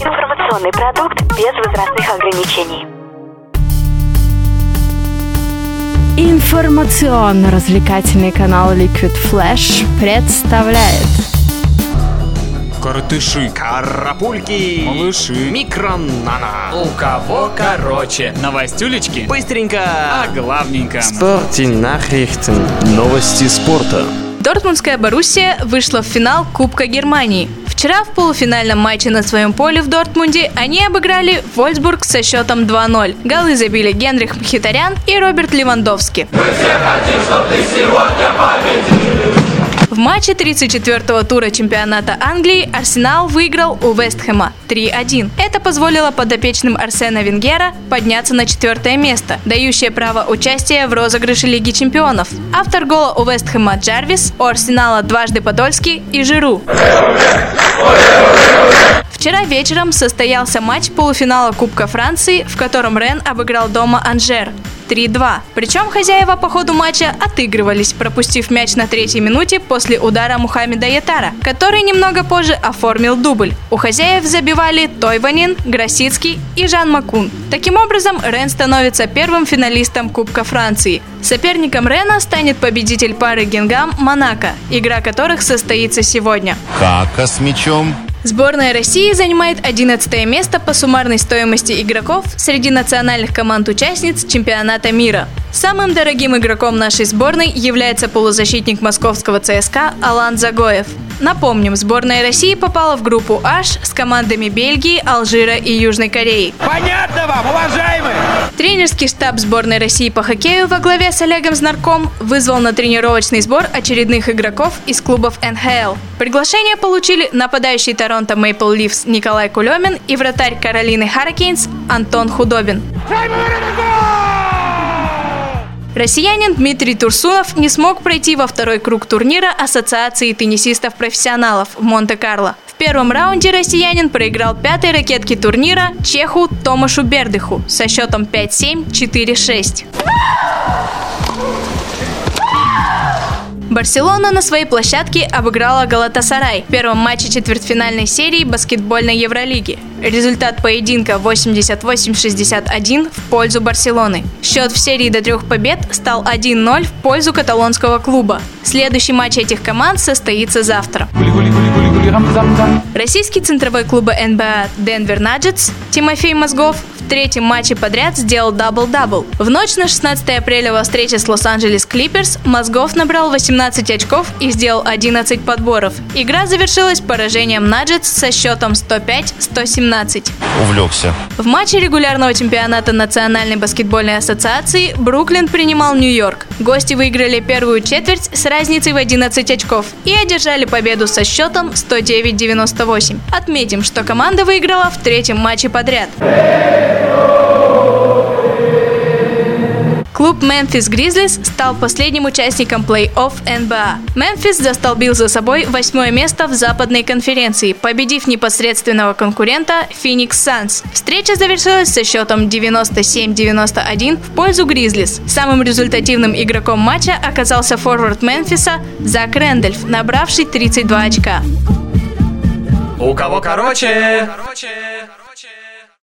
Информационный продукт без возрастных ограничений. Информационно-развлекательный канал Liquid Flash представляет Коротыши, карапульки, малыши, микронана. У кого короче? Новостюлечки? Быстренько, А главненько. Спортнachrichten. Новости спорта. Дортмундская Боруссия вышла в финал Кубка Германии. Вчера в полуфинальном матче на своем поле в Дортмунде они обыграли Вольфсбург со счетом 2-0. Голы забили Генрих Мхитарян и Роберт Левандовски. Мы все хотим, чтобы ты сегодня победил. В матче 34-го тура чемпионата Англии Арсенал выиграл у Вест-Хэма 3-1. Это позволило подопечным Арсена Венгера подняться на 4-е место, дающее право участия в розыгрыше Лиги чемпионов. Автор гола у Вест-Хэма Джарвис, у Арсенала дважды Подольский и Жиру. Вчера вечером состоялся матч полуфинала Кубка Франции, в котором Рен обыграл дома Анжер 3-2. Причем хозяева по ходу матча отыгрывались, пропустив мяч на 3-й минуте после удара Мухаммеда Ятара, который немного позже оформил дубль. У хозяев забивали Тойванин, Гросицкий и Жан Макун. Таким образом, Рен становится первым финалистом Кубка Франции. Соперником Рена станет победитель пары Гингам-Монако, игра которых состоится сегодня. Кака с мячом. Сборная России занимает 11-е место по суммарной стоимости игроков среди национальных команд-участниц чемпионата мира. Самым дорогим игроком нашей сборной является полузащитник московского ЦСКА Алан Загоев. Напомним, сборная России попала в группу H с командами Бельгии, Алжира и Южной Кореи. Понятно вам, уважаемые? Тренерский штаб сборной России по хоккею во главе с Олегом Знарком вызвал на тренировочный сбор очередных игроков из клубов НХЛ. Приглашение получили нападающий Торонто Мейпл Ливс Николай Кулемин и вратарь Каролины Харрикейнс Антон Худобин. Россиянин Дмитрий Турсунов не смог пройти во второй круг турнира Ассоциации теннисистов-профессионалов в Монте-Карло. В первом раунде россиянин проиграл пятой ракетке турнира чеху Томашу Бердыху со счетом 5-7, 4-6. Барселона на своей площадке обыграла Галатасарай в первом матче четвертьфинальной серии баскетбольной Евролиги. Результат поединка 88-61 в пользу Барселоны. Счет в серии до 3 побед стал 1-0 в пользу каталонского клуба. Следующий матч этих команд состоится завтра. Российский центровой клуба НБА Денвер Наджетс Тимофей Мозгов в третьем матче подряд сделал дабл-дабл. В ночь на 16 апреля во встрече с Лос-Анджелес Клиперс Мозгов набрал 18 очков и сделал 11 подборов. Игра завершилась поражением Наджетс со счетом 105-117. Увлекся. В матче регулярного чемпионата Национальной баскетбольной ассоциации Бруклин принимал Нью-Йорк. Гости выиграли первую четверть с разницей в 11 очков и одержали победу со счетом 109-98. Отметим, что команда выиграла в третьем матче подряд. Клуб Мемфис Гризлис стал последним участником плей-офф НБА. Мемфис застолбил за собой 8-е место в Западной конференции, победив непосредственного конкурента Феникс Санс. Встреча завершилась со счетом 97-91 в пользу Гризлис. Самым результативным игроком матча оказался форвард Мемфиса Зак Рэндольф, набравший 32 очка. У кого короче?